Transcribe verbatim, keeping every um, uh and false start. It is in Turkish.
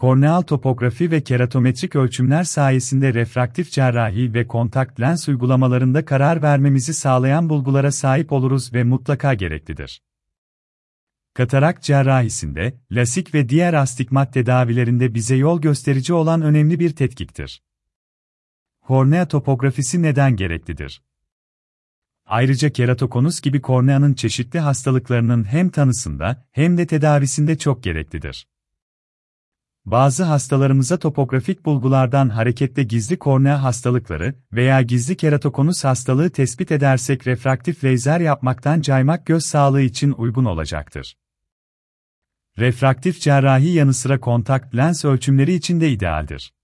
Korneal topografi ve keratometrik ölçümler sayesinde refraktif cerrahi ve kontak lens uygulamalarında karar vermemizi sağlayan bulgulara sahip oluruz ve mutlaka gereklidir. Katarak cerrahisinde, lasik ve diğer astigmat tedavilerinde bize yol gösterici olan önemli bir tetkiktir. Kornea topografisi neden gereklidir? Ayrıca keratokonus gibi korneanın çeşitli hastalıklarının hem tanısında hem de tedavisinde çok gereklidir. Bazı hastalarımıza topografik bulgulardan hareketle gizli kornea hastalıkları veya gizli keratokonus hastalığı tespit edersek refraktif lazer yapmaktan caymak göz sağlığı için uygun olacaktır. Refraktif cerrahi yanı sıra kontak lens ölçümleri için de idealdir.